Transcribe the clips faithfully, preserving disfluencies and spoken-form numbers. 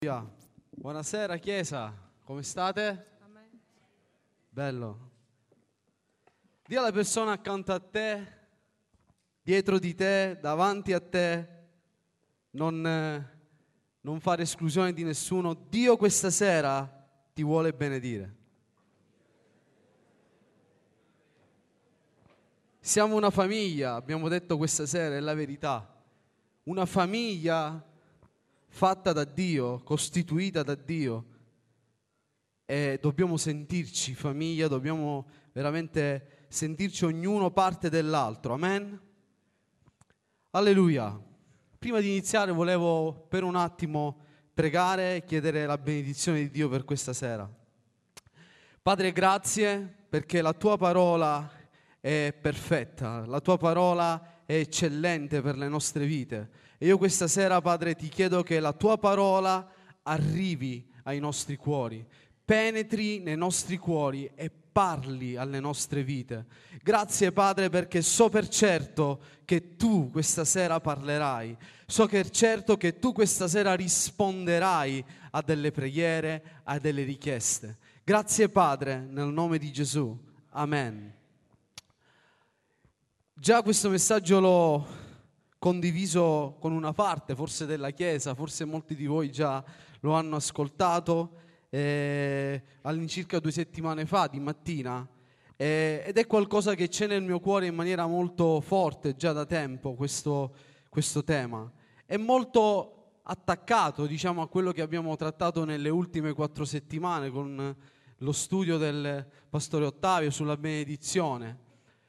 Alleluia. Buonasera Chiesa, come state? Amen. Bello. Dì alla persona accanto a te, dietro di te, davanti a te, non, eh, non fare esclusione di nessuno. Dio questa sera ti vuole benedire. Siamo una famiglia, abbiamo detto questa sera, è la verità. Una famiglia fatta da Dio, costituita da Dio, e dobbiamo sentirci famiglia, dobbiamo veramente sentirci ognuno parte dell'altro, amen? Alleluia. Prima di iniziare volevo per un attimo pregare e chiedere la benedizione di Dio per questa sera. Padre, grazie perché la tua parola è perfetta, la tua parola è eccellente per le nostre vite. E io questa sera, Padre, ti chiedo che la tua parola arrivi ai nostri cuori, penetri nei nostri cuori e parli alle nostre vite. Grazie, Padre, perché so per certo che tu questa sera parlerai, so per certo che tu questa sera risponderai a delle preghiere, a delle richieste. Grazie, Padre, nel nome di Gesù. Amen. Già questo messaggio l'ho condiviso con una parte, forse della Chiesa, forse molti di voi già lo hanno ascoltato eh, all'incirca due settimane fa, di mattina, eh, ed è qualcosa che c'è nel mio cuore in maniera molto forte già da tempo, questo, questo tema. È molto attaccato, diciamo, a quello che abbiamo trattato nelle ultime quattro settimane con lo studio del Pastore Ottavio sulla benedizione.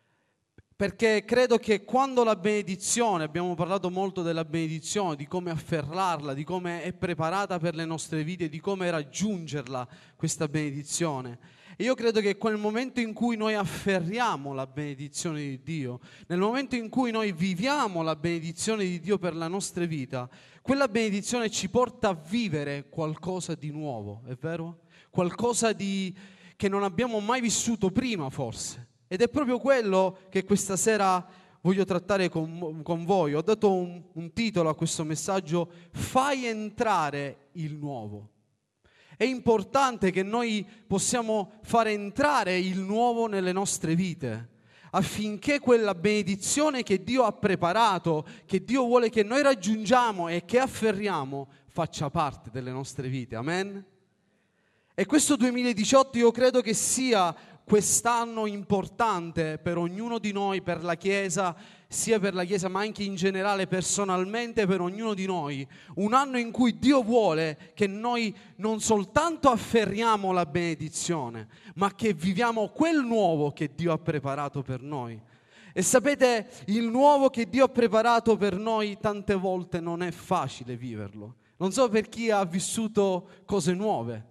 Perché credo che quando la benedizione, abbiamo parlato molto della benedizione, di come afferrarla, di come è preparata per le nostre vite, di come raggiungerla, questa benedizione. E io credo che quel momento in cui noi afferriamo la benedizione di Dio, nel momento in cui noi viviamo la benedizione di Dio per la nostra vita, quella benedizione ci porta a vivere qualcosa di nuovo, è vero? Qualcosa di, che non abbiamo mai vissuto prima forse. Ed è proprio quello che questa sera voglio trattare con, con voi. Ho dato un, un titolo a questo messaggio: fai entrare il nuovo. È importante che noi possiamo fare entrare il nuovo nelle nostre vite, affinché quella benedizione che Dio ha preparato, che Dio vuole che noi raggiungiamo e che afferriamo, faccia parte delle nostre vite. Amen? E questo duemiladiciotto io credo che sia quest'anno importante per ognuno di noi, per la Chiesa, sia per la Chiesa ma anche in generale personalmente per ognuno di noi, un anno in cui Dio vuole che noi non soltanto afferriamo la benedizione, ma che viviamo quel nuovo che Dio ha preparato per noi. E sapete, il nuovo che Dio ha preparato per noi tante volte non è facile viverlo. Non so per chi ha vissuto cose nuove.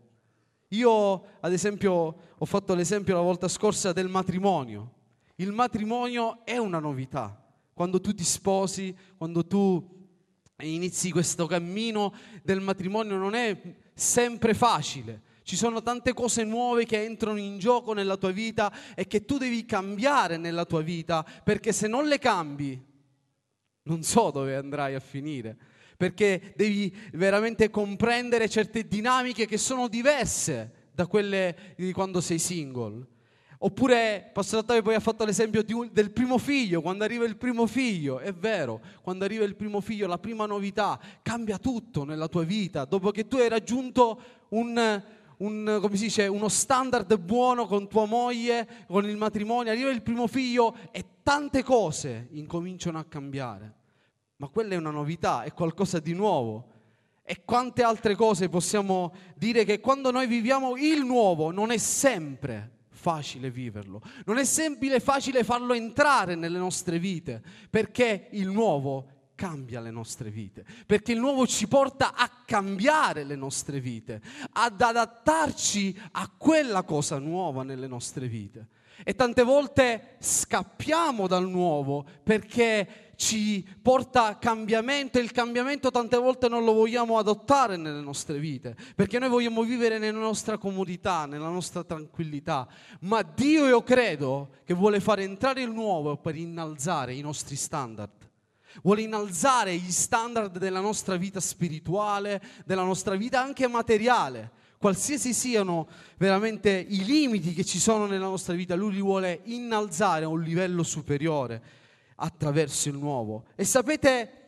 Io, ad esempio, ho fatto l'esempio la volta scorsa del matrimonio. Il matrimonio è una novità. Quando tu ti sposi, quando tu inizi questo cammino del matrimonio non è sempre facile. Ci sono tante cose nuove che entrano in gioco nella tua vita e che tu devi cambiare nella tua vita, perché se non le cambi, non so dove andrai a finire. Perché devi veramente comprendere certe dinamiche che sono diverse da quelle di quando sei single. Oppure Pastore Ottavio poi ha fatto l'esempio di un, del primo figlio, quando arriva il primo figlio, è vero, quando arriva il primo figlio, la prima novità, cambia tutto nella tua vita, dopo che tu hai raggiunto un, un, come si dice, uno standard buono con tua moglie, con il matrimonio, arriva il primo figlio e tante cose incominciano a cambiare. Ma quella è una novità, è qualcosa di nuovo. E quante altre cose possiamo dire che quando noi viviamo il nuovo non è sempre facile viverlo. Non è sempre facile farlo entrare nelle nostre vite, perché il nuovo cambia le nostre vite. Perché il nuovo ci porta a cambiare le nostre vite, ad adattarci a quella cosa nuova nelle nostre vite. E tante volte scappiamo dal nuovo perché ci porta a cambiamento e il cambiamento tante volte non lo vogliamo adottare nelle nostre vite, perché noi vogliamo vivere nella nostra comodità, nella nostra tranquillità. Ma Dio, io credo, che vuole fare entrare il nuovo per innalzare i nostri standard. vuole innalzare gli standard della nostra vita spirituale, della nostra vita anche materiale. Qualsiasi siano veramente i limiti che ci sono nella nostra vita, Lui li vuole innalzare a un livello superiore attraverso il nuovo. E sapete,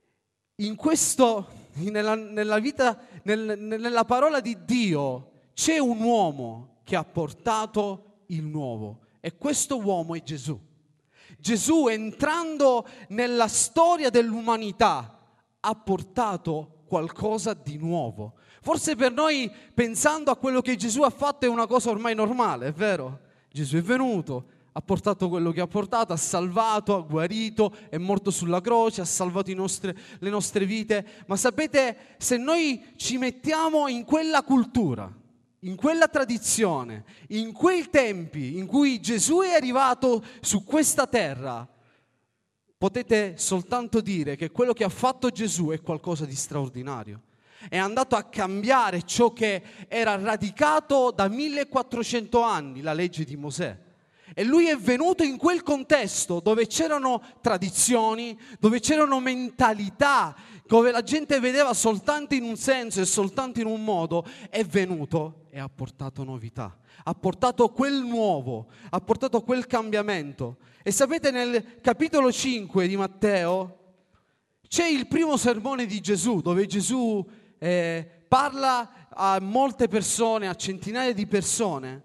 in questo, nella, nella vita, nel, nella parola di Dio, c'è un uomo che ha portato il nuovo. E questo uomo è Gesù. Gesù, entrando nella storia dell'umanità, ha portato qualcosa di nuovo. Forse per noi, pensando a quello che Gesù ha fatto, è una cosa ormai normale, è vero? Gesù è venuto, ha portato quello che ha portato, ha salvato, ha guarito, è morto sulla croce, ha salvato i nostri, le nostre vite. Ma sapete, se noi ci mettiamo in quella cultura, in quella tradizione, in quei tempi in cui Gesù è arrivato su questa terra, potete soltanto dire che quello che ha fatto Gesù è qualcosa di straordinario. È andato a cambiare ciò che era radicato da millequattrocento anni, la legge di Mosè. E lui è venuto in quel contesto dove c'erano tradizioni, dove c'erano mentalità, dove la gente vedeva soltanto in un senso e soltanto in un modo. È venuto e ha portato novità, ha portato quel nuovo, ha portato quel cambiamento. E sapete, nel capitolo cinque di Matteo c'è il primo sermone di Gesù, dove Gesù eh, parla a molte persone, a centinaia di persone.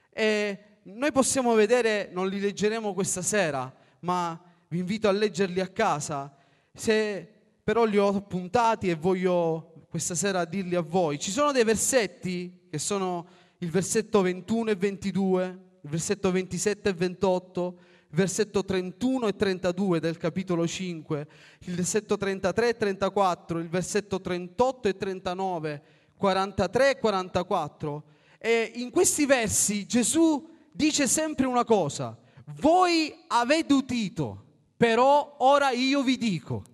E noi possiamo vedere, non li leggeremo questa sera, ma vi invito a leggerli a casa. Se però li ho appuntati e voglio questa sera dirli a voi. Ci sono dei versetti che sono il versetto ventuno e ventidue, il versetto ventisette e ventotto, il versetto trentuno e trentadue del capitolo cinque, il versetto trentatré e trentaquattro, il versetto trentotto e trentanove, quarantatré e quarantaquattro. E in questi versi Gesù dice sempre una cosa: voi avete udito, però ora io vi dico.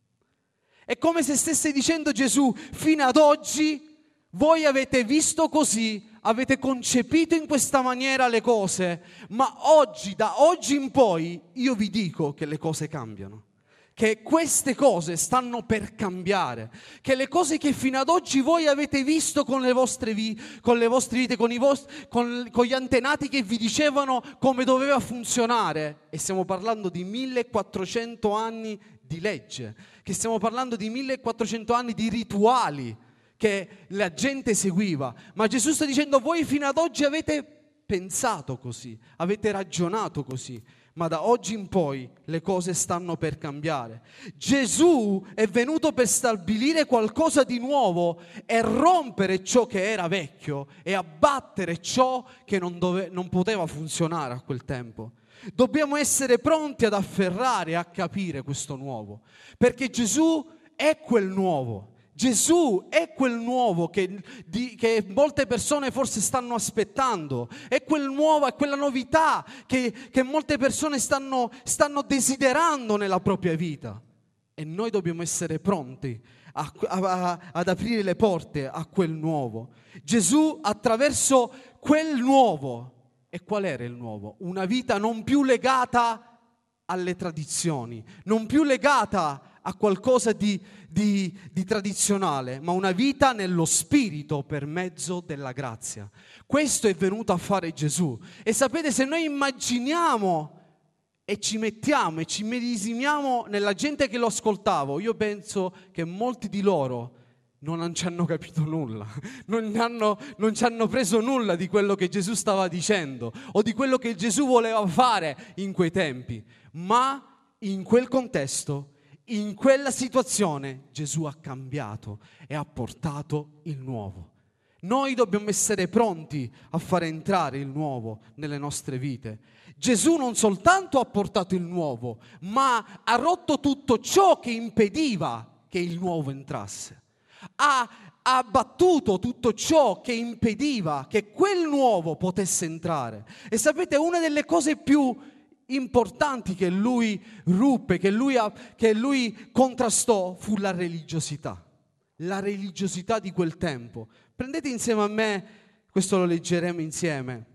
È come se stesse dicendo Gesù: fino ad oggi voi avete visto così, avete concepito in questa maniera le cose, ma oggi, da oggi in poi, io vi dico che le cose cambiano, che queste cose stanno per cambiare, che le cose che fino ad oggi voi avete visto con le vostre, vi- con le vostre vite, con, i vostri, con, con gli antenati che vi dicevano come doveva funzionare, e stiamo parlando di millequattrocento anni di legge, che stiamo parlando di millequattrocento anni di rituali che la gente seguiva, ma Gesù sta dicendo: voi fino ad oggi avete pensato così, avete ragionato così, ma da oggi in poi le cose stanno per cambiare. Gesù è venuto per stabilire qualcosa di nuovo e rompere ciò che era vecchio e abbattere ciò che non, dove, non poteva funzionare a quel tempo. Dobbiamo essere pronti ad afferrare e a capire questo nuovo, perché Gesù è quel nuovo. Gesù è quel nuovo che, di, che molte persone forse stanno aspettando, è quel nuovo, è quella novità che, che molte persone stanno, stanno desiderando nella propria vita, e noi dobbiamo essere pronti a, a, ad aprire le porte a quel nuovo. Gesù, attraverso quel nuovo, e qual era il nuovo? Una vita non più legata alle tradizioni, non più legata a qualcosa di, di, di tradizionale, ma una vita nello spirito per mezzo della grazia. Questo è venuto a fare Gesù. E sapete, se noi immaginiamo e ci mettiamo e ci medesimiamo nella gente che lo ascoltava, io penso che molti di loro non ci hanno capito nulla, non hanno, non ci hanno preso nulla di quello che Gesù stava dicendo o di quello che Gesù voleva fare in quei tempi, ma in quel contesto, in quella situazione, Gesù ha cambiato e ha portato il nuovo. Noi dobbiamo essere pronti a fare entrare il nuovo nelle nostre vite. Gesù non soltanto ha portato il nuovo, ma ha rotto tutto ciò che impediva che il nuovo entrasse. Ha abbattuto tutto ciò che impediva che quel nuovo potesse entrare. E sapete, una delle cose più importanti che lui ruppe, che lui, ha, che lui contrastò, fu la religiosità. La religiosità di quel tempo. Prendete insieme a me, questo lo leggeremo insieme,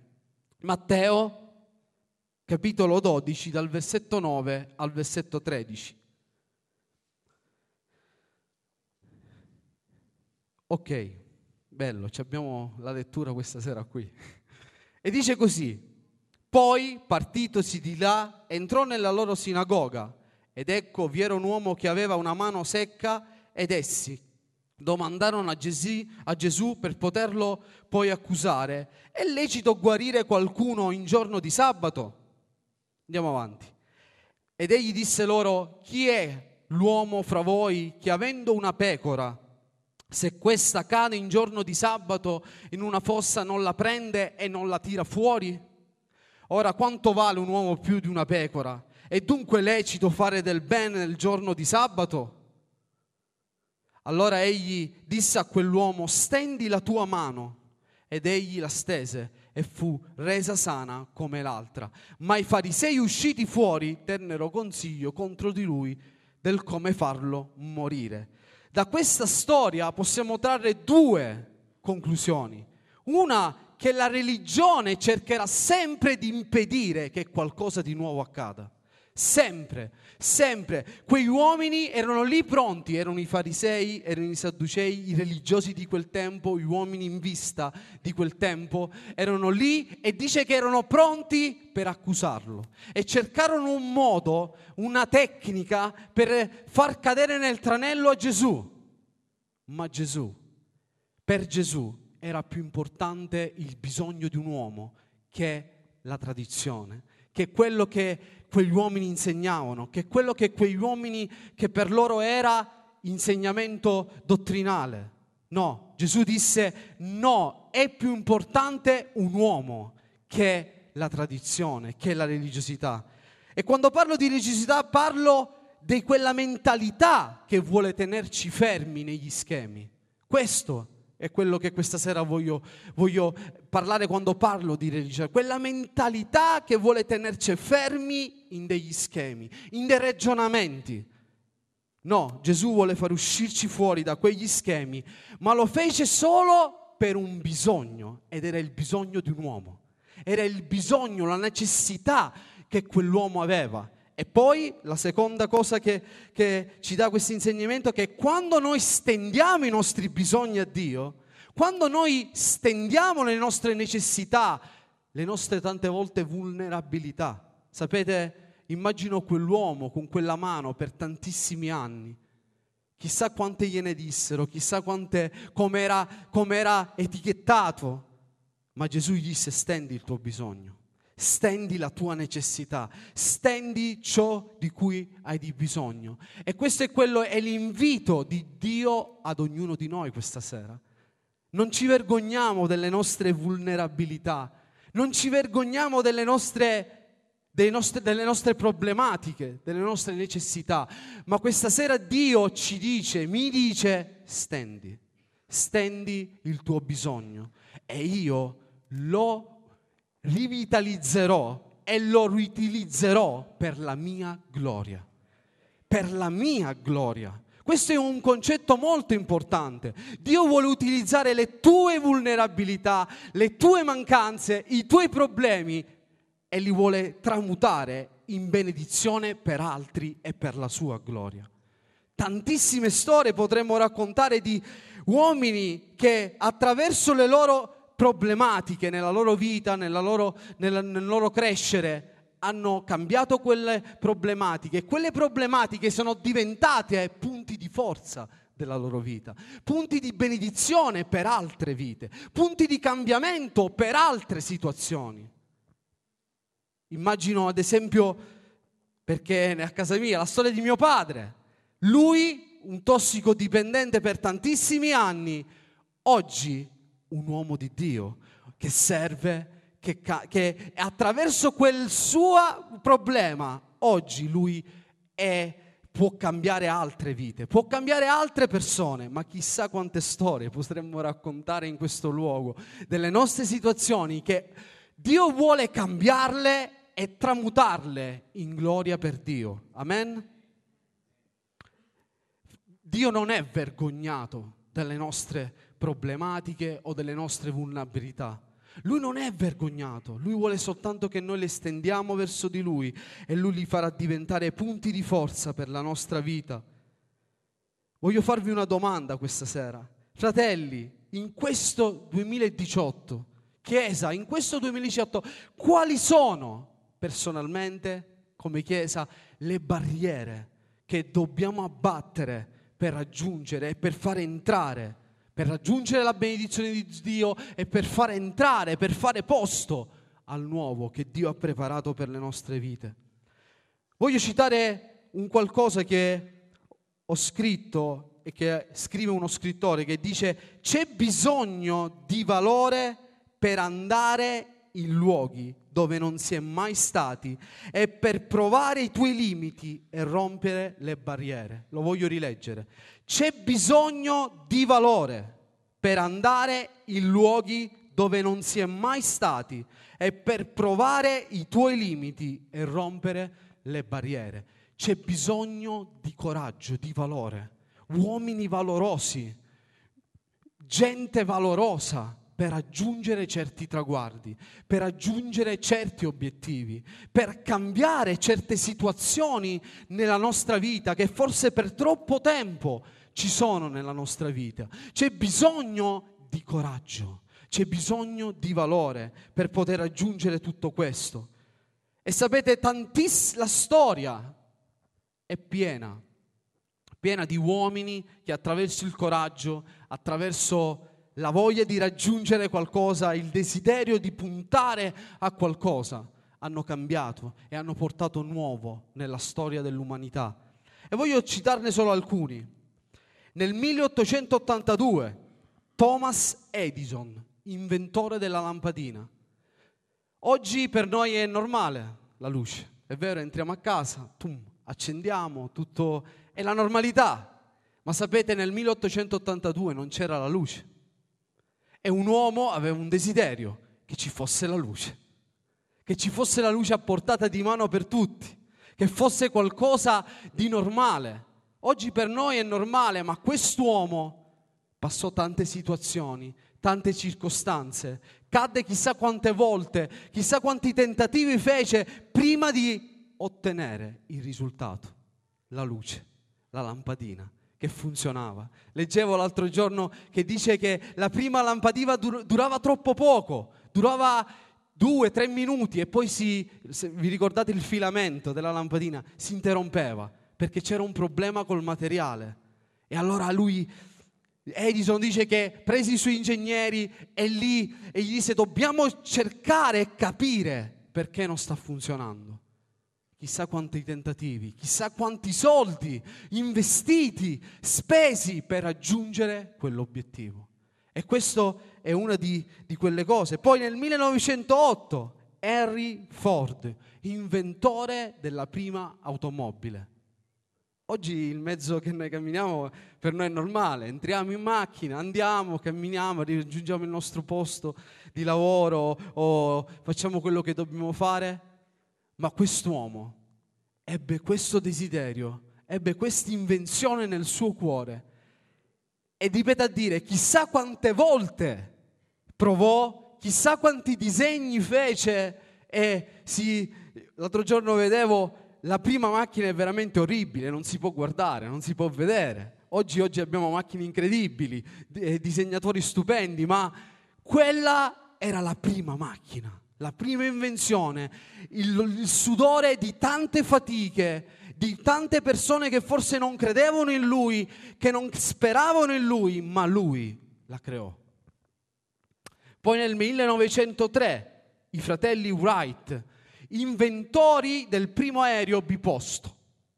Matteo capitolo dodici, dal versetto nove al versetto tredici. Ok, bello, ci abbiamo la lettura questa sera qui. E dice così: poi, partitosi di là, entrò nella loro sinagoga, ed ecco vi era un uomo che aveva una mano secca, ed essi domandarono a Gesù, a Gesù per poterlo poi accusare: è lecito guarire qualcuno in giorno di sabato? Andiamo avanti. Ed egli disse loro: chi è l'uomo fra voi che, avendo una pecora, se questa cade in giorno di sabato in una fossa, non la prende e non la tira fuori? Ora, quanto vale un uomo più di una pecora? È dunque lecito fare del bene nel giorno di sabato? Allora egli disse a quell'uomo: stendi la tua mano. Ed egli la stese e fu resa sana come l'altra. Ma i farisei usciti fuori tennero consiglio contro di lui del come farlo morire. Da questa storia possiamo trarre due conclusioni. Una, che la religione cercherà sempre di impedire che qualcosa di nuovo accada. Sempre, sempre. Quegli uomini erano lì pronti, erano i farisei, erano i sadducei, i religiosi di quel tempo, gli uomini in vista di quel tempo, erano lì e dice che erano pronti per accusarlo. E cercarono un modo, una tecnica per far cadere nel tranello a Gesù. Ma Gesù, per Gesù, era più importante il bisogno di un uomo che la tradizione, che quello che quegli uomini insegnavano, che quello che quegli uomini che per loro era insegnamento dottrinale. No, Gesù disse: no, è più importante un uomo che la tradizione, che la religiosità. E quando parlo di religiosità parlo di quella mentalità che vuole tenerci fermi negli schemi. Questo è quello che questa sera voglio, voglio parlare quando parlo di religione. Quella mentalità che vuole tenerci fermi in degli schemi, in dei ragionamenti. No, Gesù vuole far uscirci fuori da quegli schemi, ma lo fece solo per un bisogno, ed era il bisogno di un uomo. Era il bisogno, la necessità che quell'uomo aveva. E poi la seconda cosa che, che ci dà questo insegnamento è che quando noi stendiamo i nostri bisogni a Dio, quando noi stendiamo le nostre necessità, le nostre tante volte vulnerabilità, sapete, immagino quell'uomo con quella mano per tantissimi anni, chissà quante gliene dissero, chissà quante, com'era, com'era etichettato, ma Gesù gli disse: stendi il tuo bisogno. Stendi la tua necessità, stendi ciò di cui hai di bisogno. E questo è quello, è l'invito di Dio ad ognuno di noi questa sera. Non ci vergogniamo delle nostre vulnerabilità, non ci vergogniamo delle nostre, dei nostre, delle nostre problematiche, delle nostre necessità, ma questa sera Dio ci dice, mi dice: stendi, stendi il tuo bisogno e io lo rivitalizzerò e lo riutilizzerò per la mia gloria. Per la mia gloria. Questo è un concetto molto importante. Dio vuole utilizzare le tue vulnerabilità, le tue mancanze, i tuoi problemi e li vuole tramutare in benedizione per altri e per la sua gloria. Tantissime storie potremmo raccontare di uomini che attraverso le loro problematiche nella loro vita, nella loro, nella, nel loro crescere, hanno cambiato quelle problematiche e quelle problematiche sono diventate punti di forza della loro vita, punti di benedizione per altre vite, punti di cambiamento per altre situazioni. Immagino ad esempio, perché a casa mia, la storia di mio padre. Lui, un tossicodipendente per tantissimi anni, oggi un uomo di Dio che serve, che, che attraverso quel suo problema oggi lui è, può cambiare altre vite, può cambiare altre persone, ma chissà quante storie potremmo raccontare in questo luogo delle nostre situazioni che Dio vuole cambiarle e tramutarle in gloria per Dio. Amen? Dio non è vergognato delle nostre problematiche o delle nostre vulnerabilità. Lui non è vergognato, Lui vuole soltanto che noi le stendiamo verso di Lui e Lui li farà diventare punti di forza per la nostra vita. Voglio farvi una domanda questa sera. Fratelli, in questo duemiladiciotto, Chiesa, in questo duemiladiciotto, quali sono personalmente, come Chiesa, le barriere che dobbiamo abbattere per raggiungere e per fare entrare, per raggiungere la benedizione di Dio e per fare entrare, per fare posto al nuovo che Dio ha preparato per le nostre vite? Voglio citare un qualcosa che ho scritto e che scrive uno scrittore che dice: c'è bisogno di valore per andare in luoghi dove non si è mai stati e per provare i tuoi limiti e rompere le barriere. Lo voglio rileggere. C'è bisogno di valore per andare in luoghi dove non si è mai stati e per provare i tuoi limiti e rompere le barriere. C'è bisogno di coraggio, di valore, uomini valorosi, gente valorosa per raggiungere certi traguardi, per raggiungere certi obiettivi, per cambiare certe situazioni nella nostra vita che forse per troppo tempo ci sono nella nostra vita. C'è bisogno di coraggio, c'è bisogno di valore per poter raggiungere tutto questo. E sapete, tantiss- la storia è piena, piena di uomini che attraverso il coraggio, attraverso la voglia di raggiungere qualcosa, il desiderio di puntare a qualcosa, hanno cambiato e hanno portato nuovo nella storia dell'umanità. E voglio citarne solo alcuni. Nel milleottocentottantadue, Thomas Edison, inventore della lampadina. Oggi per noi è normale la luce, è vero, entriamo a casa, tum, accendiamo, tutto è la normalità. Ma sapete, nel milleottocentottantadue non c'era la luce e un uomo aveva un desiderio, che ci fosse la luce, che ci fosse la luce a portata di mano per tutti, che fosse qualcosa di normale. Oggi per noi è normale, ma quest'uomo passò tante situazioni, tante circostanze, cadde chissà quante volte, chissà quanti tentativi fece prima di ottenere il risultato, la luce, la lampadina che funzionava. Leggevo l'altro giorno che dice che la prima lampadina dur- durava troppo poco, durava due, tre minuti e poi si, se vi ricordate il filamento della lampadina, si interrompeva perché c'era un problema col materiale. E allora lui, Edison, dice che prese i suoi ingegneri e lì e gli disse: dobbiamo cercare e capire perché non sta funzionando. Chissà quanti tentativi, chissà quanti soldi investiti, spesi per raggiungere quell'obiettivo. E questo è una di, di quelle cose. Poi nel millenovecentootto Henry Ford, inventore della prima automobile. Oggi il mezzo che noi camminiamo per noi è normale, entriamo in macchina, andiamo, camminiamo, raggiungiamo il nostro posto di lavoro o facciamo quello che dobbiamo fare. Ma quest'uomo ebbe questo desiderio, ebbe questa invenzione nel suo cuore e ripete a dire: chissà quante volte provò, chissà quanti disegni fece e si, l'altro giorno vedevo la prima macchina è veramente orribile, non si può guardare, non si può vedere. Oggi, oggi abbiamo macchine incredibili, disegnatori stupendi, ma quella era la prima macchina. La prima invenzione, il, il sudore di tante fatiche, di tante persone che forse non credevano in lui, che non speravano in lui, ma lui la creò. Poi nel millenovecentotre i fratelli Wright, inventori del primo aereo biposto.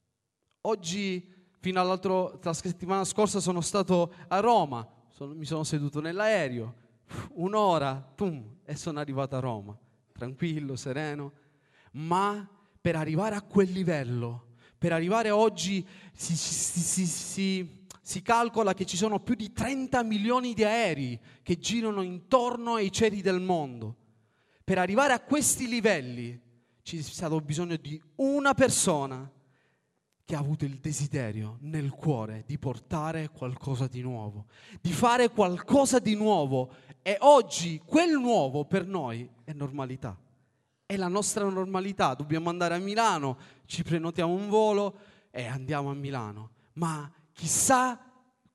Oggi, fino all'altro, la settimana scorsa sono stato a Roma, sono, mi sono seduto nell'aereo, un'ora, pum, e sono arrivato a Roma. Tranquillo, sereno, ma per arrivare a quel livello, per arrivare oggi si, si, si, si, si calcola che ci sono più di trenta milioni di aerei che girano intorno ai cieli del mondo. Per arrivare a questi livelli c'è stato bisogno di una persona che ha avuto il desiderio nel cuore di portare qualcosa di nuovo, di fare qualcosa di nuovo. E oggi quel nuovo per noi è normalità, è la nostra normalità. Dobbiamo andare a Milano, ci prenotiamo un volo e andiamo a Milano. Ma chissà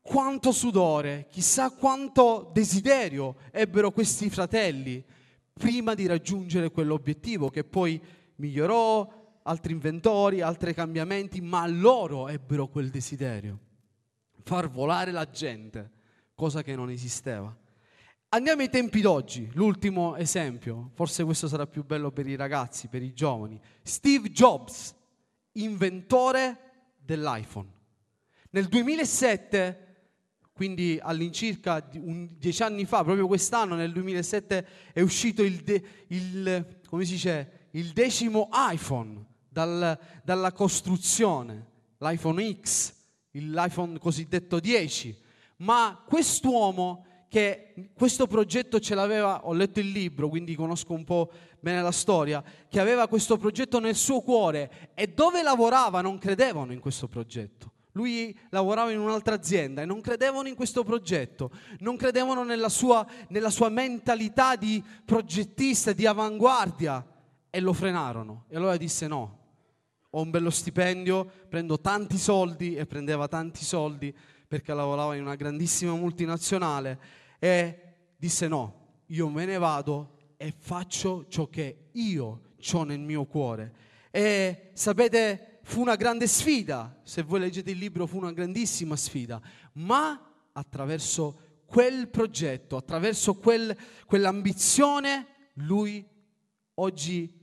quanto sudore, chissà quanto desiderio ebbero questi fratelli prima di raggiungere quell'obiettivo, che poi migliorò, altri inventori, altri cambiamenti, ma loro ebbero quel desiderio, far volare la gente, cosa che non esisteva. Andiamo ai tempi d'oggi, l'ultimo esempio, forse questo sarà più bello per i ragazzi, per i giovani. Steve Jobs, inventore dell'iPhone. Nel duemilasette, quindi all'incirca un, dieci anni fa, proprio quest'anno, nel duemilasette, è uscito il, de, il, come si dice, il decimo iPhone dal, dalla costruzione, l'iPhone X, l'iPhone cosiddetto dieci. Ma quest'uomo, che questo progetto ce l'aveva, ho letto il libro, quindi conosco un po' bene la storia, che aveva questo progetto nel suo cuore, e dove lavorava non credevano in questo progetto. Lui lavorava in un'altra azienda e non credevano in questo progetto, non credevano nella sua, nella sua mentalità di progettista, di avanguardia, e lo frenarono. E allora disse: no, ho un bello stipendio, prendo tanti soldi, e prendeva tanti soldi perché lavorava in una grandissima multinazionale, e disse: no, io me ne vado e faccio ciò che io ho nel mio cuore. E sapete, fu una grande sfida, se voi leggete il libro fu una grandissima sfida, ma attraverso quel progetto, attraverso quel, quell'ambizione, lui oggi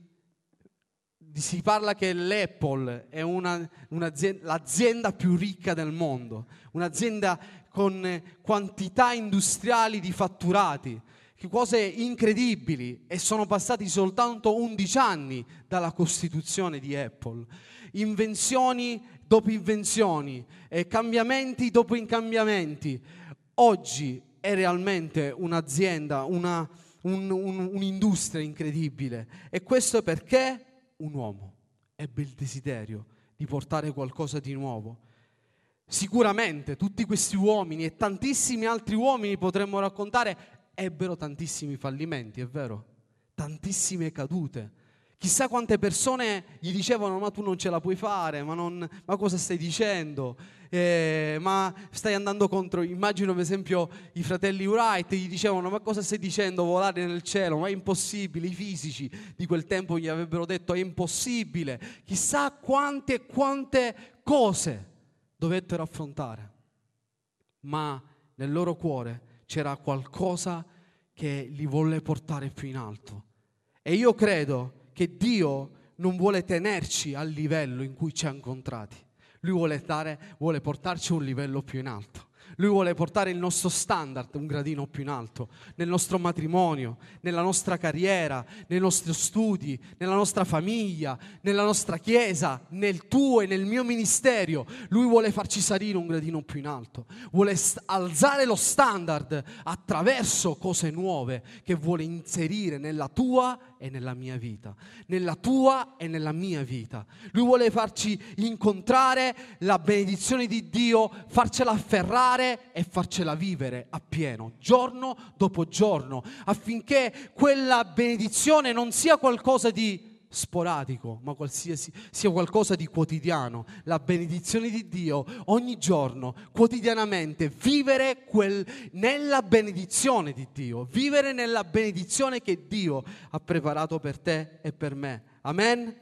si parla che l'Apple è una, un'azienda, l'azienda più ricca del mondo, un'azienda con quantità industriali di fatturati, cose incredibili, e sono passati soltanto undici anni dalla costituzione di Apple. Invenzioni dopo invenzioni, e cambiamenti dopo cambiamenti. Oggi è realmente un'azienda, una, un, un, un'industria incredibile, e questo perché un uomo ebbe il desiderio di portare qualcosa di nuovo. Sicuramente tutti questi uomini e tantissimi altri uomini potremmo raccontare ebbero tantissimi fallimenti, è vero? Tantissime cadute. Chissà quante persone gli dicevano: ma tu non ce la puoi fare, ma, non, ma cosa stai dicendo? Eh, ma stai andando contro, immagino per esempio i fratelli Wright, gli dicevano: ma cosa stai dicendo, volare nel cielo? Ma è impossibile. I fisici di quel tempo gli avrebbero detto: è impossibile. Chissà quante e quante cose dovettero affrontare, ma nel loro cuore c'era qualcosa che li volle portare più in alto. E io credo che Dio non vuole tenerci al livello in cui ci ha incontrati. Lui vuole, dare, vuole portarci a un livello più in alto. Lui vuole portare il nostro standard un gradino più in alto, nel nostro matrimonio, nella nostra carriera, nei nostri studi, nella nostra famiglia, nella nostra chiesa, nel tuo e nel mio ministero. Lui vuole farci salire un gradino più in alto, vuole alzare lo standard attraverso cose nuove che vuole inserire nella tua e nella mia vita, nella tua e nella mia vita. Lui vuole farci incontrare la benedizione di Dio, farcela afferrare e farcela vivere appieno, giorno dopo giorno, affinché quella benedizione non sia qualcosa di sporadico, ma qualsiasi sia qualcosa di quotidiano. La benedizione di Dio ogni giorno, quotidianamente, vivere quel, nella benedizione di Dio, vivere nella benedizione che Dio ha preparato per te e per me. Amen?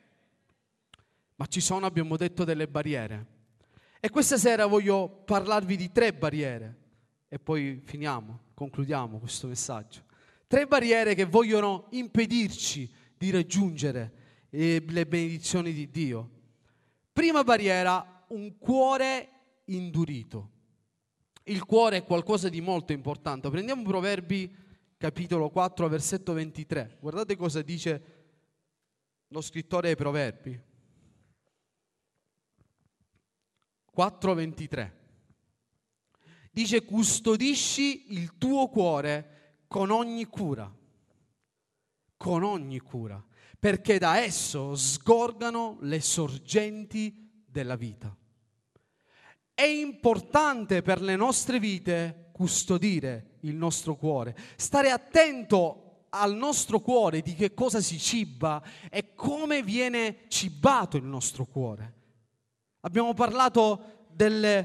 Ma ci sono, abbiamo detto, delle barriere. E questa sera voglio parlarvi di tre barriere e poi finiamo, concludiamo questo messaggio. Tre barriere che vogliono impedirci di raggiungere eh, le benedizioni di Dio. Prima barriera, un cuore indurito. Il cuore è qualcosa di molto importante. Prendiamo Proverbi capitolo quattro, versetto ventitré. Guardate cosa dice lo scrittore dei Proverbi. quattro ventitré. Dice: custodisci il tuo cuore con ogni cura, con ogni cura, perché da esso sgorgano le sorgenti della vita. È importante per le nostre vite custodire il nostro cuore, stare attento al nostro cuore, di che cosa si ciba e come viene cibato il nostro cuore. Abbiamo parlato delle,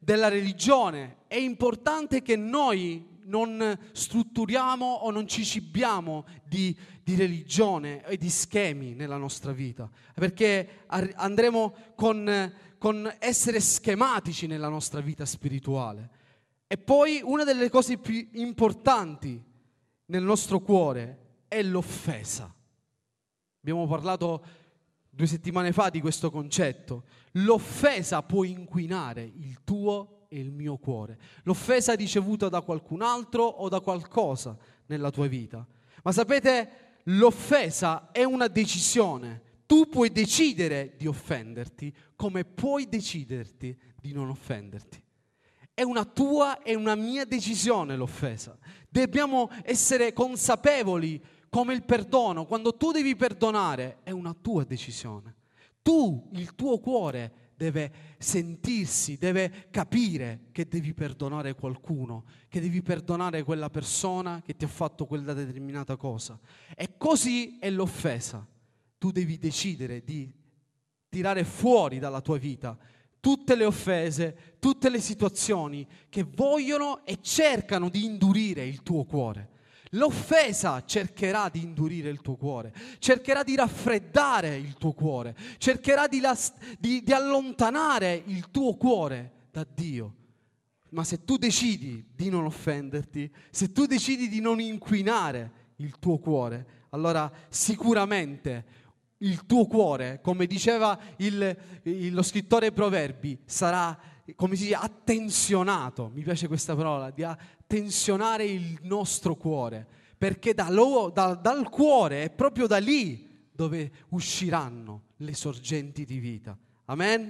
della religione. È importante che noi non strutturiamo o non ci cibiamo di, di religione e di schemi nella nostra vita, perché andremo con, con essere schematici nella nostra vita spirituale. E poi una delle cose più importanti nel nostro cuore è l'offesa. Abbiamo parlato due settimane fa di questo concetto. L'offesa può inquinare il tuo e il mio cuore. L'offesa ricevuta da qualcun altro o da qualcosa nella tua vita. Ma sapete, l'offesa è una decisione. Tu puoi decidere di offenderti, come puoi deciderti di non offenderti. È una tua e una mia decisione l'offesa. Dobbiamo essere consapevoli come il perdono. Quando tu devi perdonare è una tua decisione. Tu, il tuo cuore deve sentirsi, deve capire che devi perdonare qualcuno, che devi perdonare quella persona che ti ha fatto quella determinata cosa. E così è l'offesa. Tu devi decidere di tirare fuori dalla tua vita tutte le offese, tutte le situazioni che vogliono e cercano di indurire il tuo cuore. L'offesa cercherà di indurire il tuo cuore, cercherà di raffreddare il tuo cuore, cercherà di, las- di, di allontanare il tuo cuore da Dio. Ma se tu decidi di non offenderti, se tu decidi di non inquinare il tuo cuore, allora sicuramente il tuo cuore, come diceva il, il, lo scrittore Proverbi, sarà, come si dice, attensionato. Mi piace questa parola, di attenzionare il nostro cuore, perché da lo, da, dal cuore è proprio da lì dove usciranno le sorgenti di vita. Amen?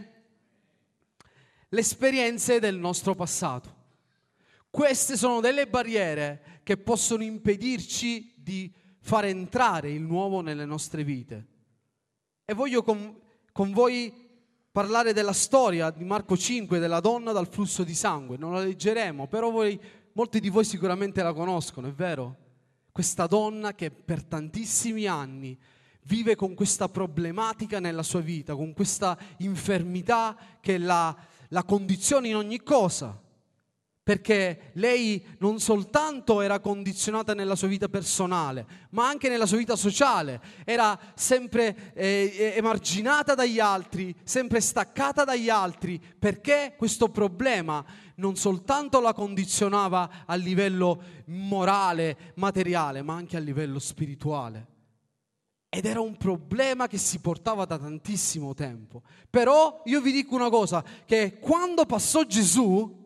Le esperienze del nostro passato. Queste sono delle barriere che possono impedirci di far entrare il nuovo nelle nostre vite. E voglio con, con voi parlare della storia di Marco cinque, della donna dal flusso di sangue. Non la leggeremo, però voi, molti di voi sicuramente la conoscono, è vero? Questa donna che per tantissimi anni vive con questa problematica nella sua vita, con questa infermità che la, la condiziona in ogni cosa. Perché lei non soltanto era condizionata nella sua vita personale, ma anche nella sua vita sociale. Era sempre eh, emarginata dagli altri, sempre staccata dagli altri, perché questo problema non soltanto la condizionava a livello morale, materiale, ma anche a livello spirituale. Ed era un problema che si portava da tantissimo tempo. Però io vi dico una cosa, che quando passò Gesù,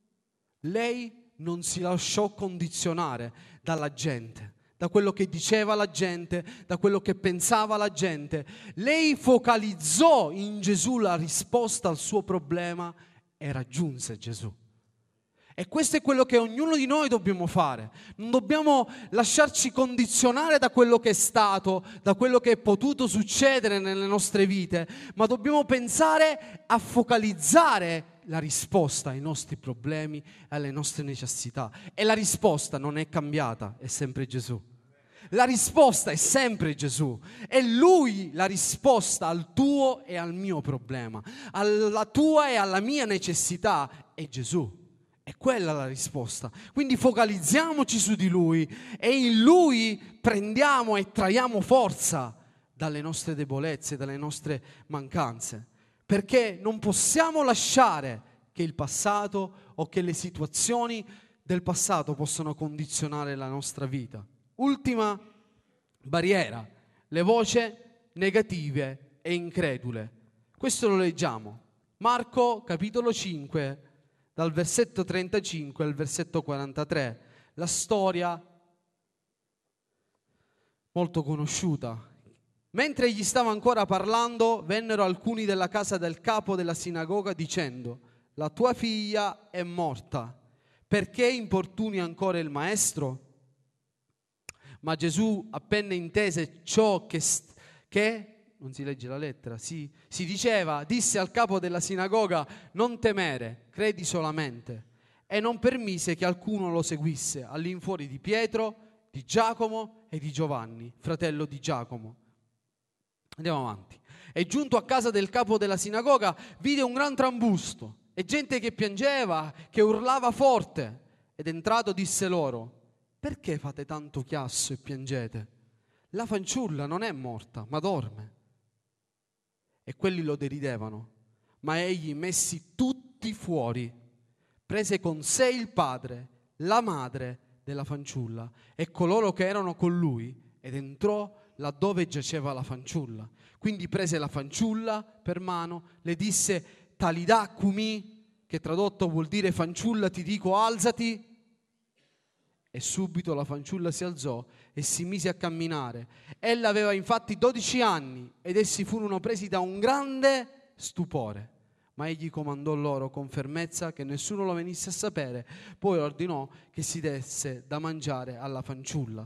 lei non si lasciò condizionare dalla gente, da quello che diceva la gente, da quello che pensava la gente. Lei focalizzò in Gesù la risposta al suo problema e raggiunse Gesù. E questo è quello che ognuno di noi dobbiamo fare. Non dobbiamo lasciarci condizionare da quello che è stato, da quello che è potuto succedere nelle nostre vite, ma dobbiamo pensare a focalizzare la risposta ai nostri problemi, alle nostre necessità. E la risposta non è cambiata, è sempre Gesù. La risposta è sempre Gesù. È Lui la risposta al tuo e al mio problema, alla tua e alla mia necessità, è Gesù. È quella la risposta. Quindi focalizziamoci su di Lui e in Lui prendiamo e traiamo forza dalle nostre debolezze, dalle nostre mancanze. Perché non possiamo lasciare che il passato o che le situazioni del passato possano condizionare la nostra vita. Ultima barriera, le voci negative e incredule. Questo lo leggiamo. Marco capitolo cinque, dal versetto trentacinque al versetto quarantatré. La storia molto conosciuta. Mentre egli stava ancora parlando, vennero alcuni della casa del capo della sinagoga dicendo: la tua figlia è morta, perché importuni ancora il maestro? Ma Gesù, appena intese ciò che, che non si legge la lettera, si, si diceva, disse al capo della sinagoga: non temere, credi solamente. E non permise che alcuno lo seguisse, all'infuori di Pietro, di Giacomo e di Giovanni, fratello di Giacomo. Andiamo avanti. E giunto a casa del capo della sinagoga, vide un gran trambusto e gente che piangeva, che urlava forte. Ed entrato disse loro: perché fate tanto chiasso e piangete? La fanciulla non è morta, ma dorme. E quelli lo deridevano. Ma egli, messi tutti fuori, prese con sé il padre, la madre della fanciulla e coloro che erano con lui, ed entrò laddove giaceva la fanciulla. Quindi prese la fanciulla per mano, le disse: Talidà cumi, che tradotto vuol dire fanciulla ti dico alzati. E subito la fanciulla si alzò e si mise a camminare. Ella aveva infatti dodici anni, ed essi furono presi da un grande stupore. Ma egli comandò loro con fermezza che nessuno lo venisse a sapere. Poi ordinò che si desse da mangiare alla fanciulla.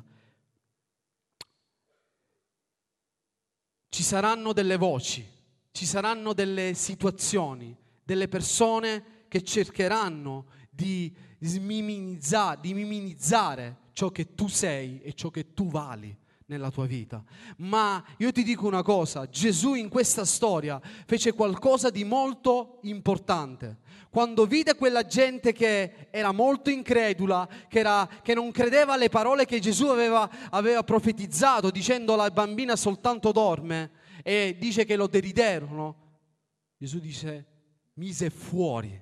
Ci saranno delle voci, ci saranno delle situazioni, delle persone che cercheranno di minimizzare, di minimizzare ciò che tu sei e ciò che tu vali nella tua vita. Ma io ti dico una cosa: Gesù in questa storia fece qualcosa di molto importante. Quando vide quella gente che era molto incredula, che, era, che non credeva alle parole che Gesù aveva, aveva profetizzato, dicendo la bambina soltanto dorme, e dice che lo deriderono, Gesù dice: mise fuori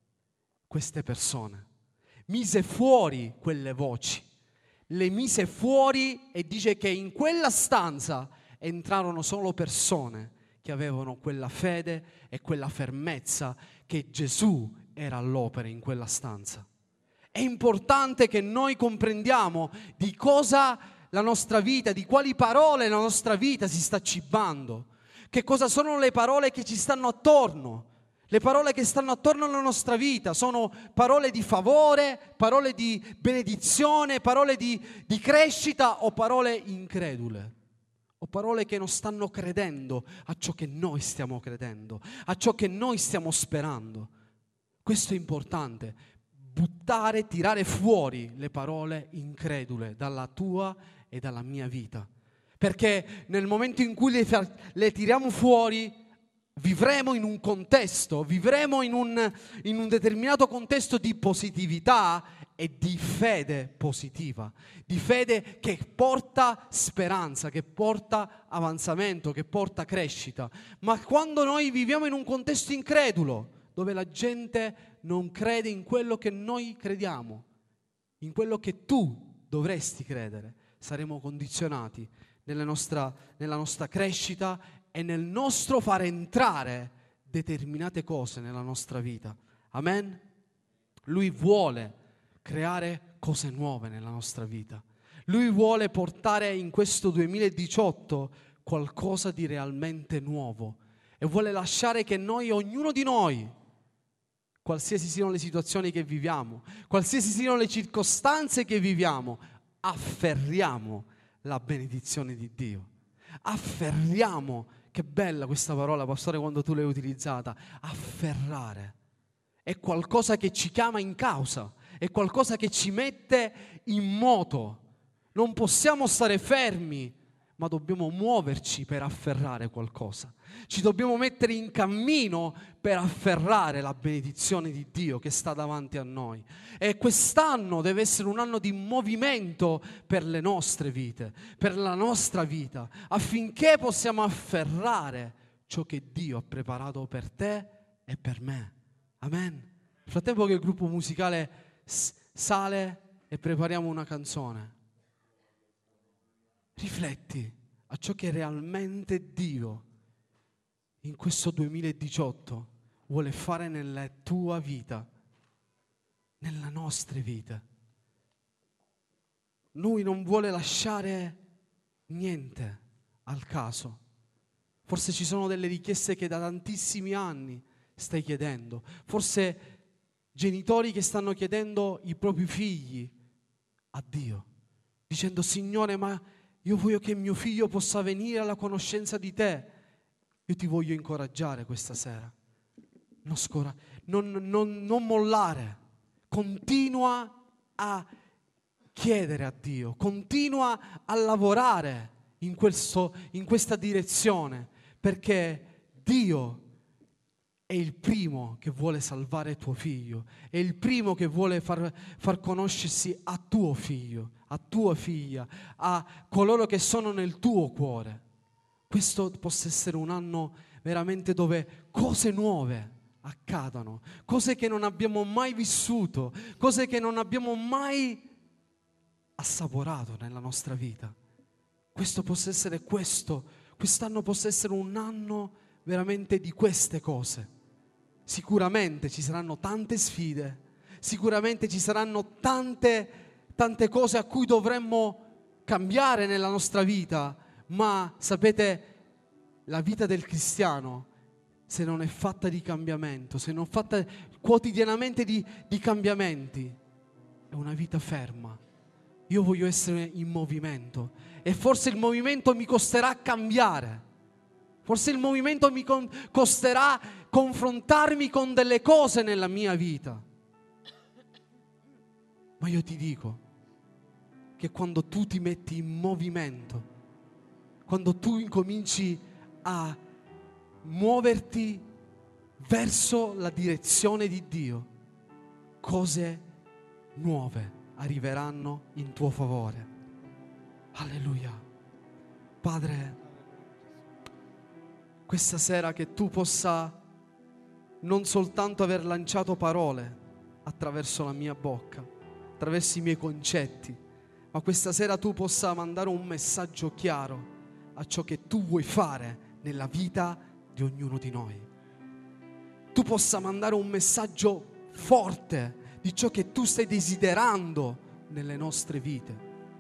queste persone, mise fuori quelle voci, le mise fuori, e dice che in quella stanza entrarono solo persone che avevano quella fede e quella fermezza che Gesù era all'opera in quella stanza. È importante che noi comprendiamo di cosa la nostra vita, di quali parole la nostra vita si sta cibando, che cosa sono le parole che ci stanno attorno. Le parole che stanno attorno alla nostra vita sono parole di favore, parole di benedizione, parole di, di crescita, o parole incredule, o parole che non stanno credendo a ciò che noi stiamo credendo, a ciò che noi stiamo sperando. Questo è importante, buttare, tirare fuori le parole incredule dalla tua e dalla mia vita, perché nel momento in cui le, le tiriamo fuori vivremo in un contesto, vivremo in un, in un determinato contesto di positività e di fede positiva, di fede che porta speranza, che porta avanzamento, che porta crescita. Ma quando noi viviamo in un contesto incredulo, dove la gente non crede in quello che noi crediamo, in quello che tu dovresti credere, saremo condizionati nella nostra, nella nostra crescita e nel nostro fare entrare determinate cose nella nostra vita. Amen? Lui vuole creare cose nuove nella nostra vita. Lui vuole portare in questo duemiladiciotto qualcosa di realmente nuovo e vuole lasciare che noi, ognuno di noi, qualsiasi siano le situazioni che viviamo, qualsiasi siano le circostanze che viviamo, afferriamo la benedizione di Dio. Afferriamo. Che bella questa parola, pastore, quando tu l'hai utilizzata. Afferrare. È qualcosa che ci chiama in causa, è qualcosa che ci mette in moto. Non possiamo stare fermi, ma dobbiamo muoverci per afferrare qualcosa. Ci dobbiamo mettere in cammino per afferrare la benedizione di Dio che sta davanti a noi. E quest'anno deve essere un anno di movimento per le nostre vite, per la nostra vita, affinché possiamo afferrare ciò che Dio ha preparato per te e per me. Amen. Nel frattempo che il gruppo musicale sale e prepariamo una canzone, rifletti a ciò che realmente Dio in questo duemiladiciotto vuole fare nella tua vita, nella nostra vita. Lui non vuole lasciare niente al caso. Forse ci sono delle richieste che da tantissimi anni stai chiedendo. Forse genitori che stanno chiedendo i propri figli a Dio, dicendo: Signore, ma io voglio che mio figlio possa venire alla conoscenza di te. Io ti voglio incoraggiare questa sera. Non, scora, non, non, non mollare. Continua a chiedere a Dio. Continua a lavorare in, questo, in questa direzione. Perché Dio è il primo che vuole salvare tuo figlio, è il primo che vuole far, far conoscersi a tuo figlio, a tua figlia, a coloro che sono nel tuo cuore. Questo possa essere un anno veramente dove cose nuove accadano, cose che non abbiamo mai vissuto, cose che non abbiamo mai assaporato nella nostra vita. Questo possa essere questo, quest'anno possa essere un anno veramente di queste cose. Sicuramente ci saranno tante sfide, sicuramente ci saranno tante, tante cose a cui dovremmo cambiare nella nostra vita, ma sapete, la vita del cristiano, se non è fatta di cambiamento, se non è fatta quotidianamente di, di cambiamenti, è una vita ferma. Io voglio essere in movimento e forse il movimento mi costerà cambiare. Forse il movimento mi con- costerà confrontarmi con delle cose nella mia vita. Ma io ti dico che quando tu ti metti in movimento, quando tu incominci a muoverti verso la direzione di Dio, cose nuove arriveranno in tuo favore. Alleluia. Padre, questa sera che tu possa non soltanto aver lanciato parole attraverso la mia bocca, attraverso i miei concetti, ma questa sera tu possa mandare un messaggio chiaro a ciò che tu vuoi fare nella vita di ognuno di noi. Tu possa mandare un messaggio forte di ciò che tu stai desiderando nelle nostre vite.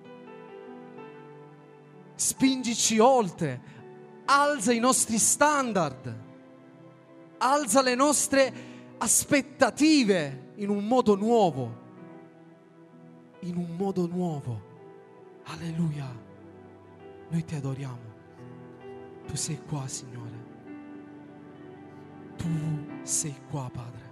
Spingici oltre, alza i nostri standard, alza le nostre aspettative in un modo nuovo, in un modo nuovo. Alleluia. Noi ti adoriamo. Tu sei qua, Signore. Tu sei qua, Padre.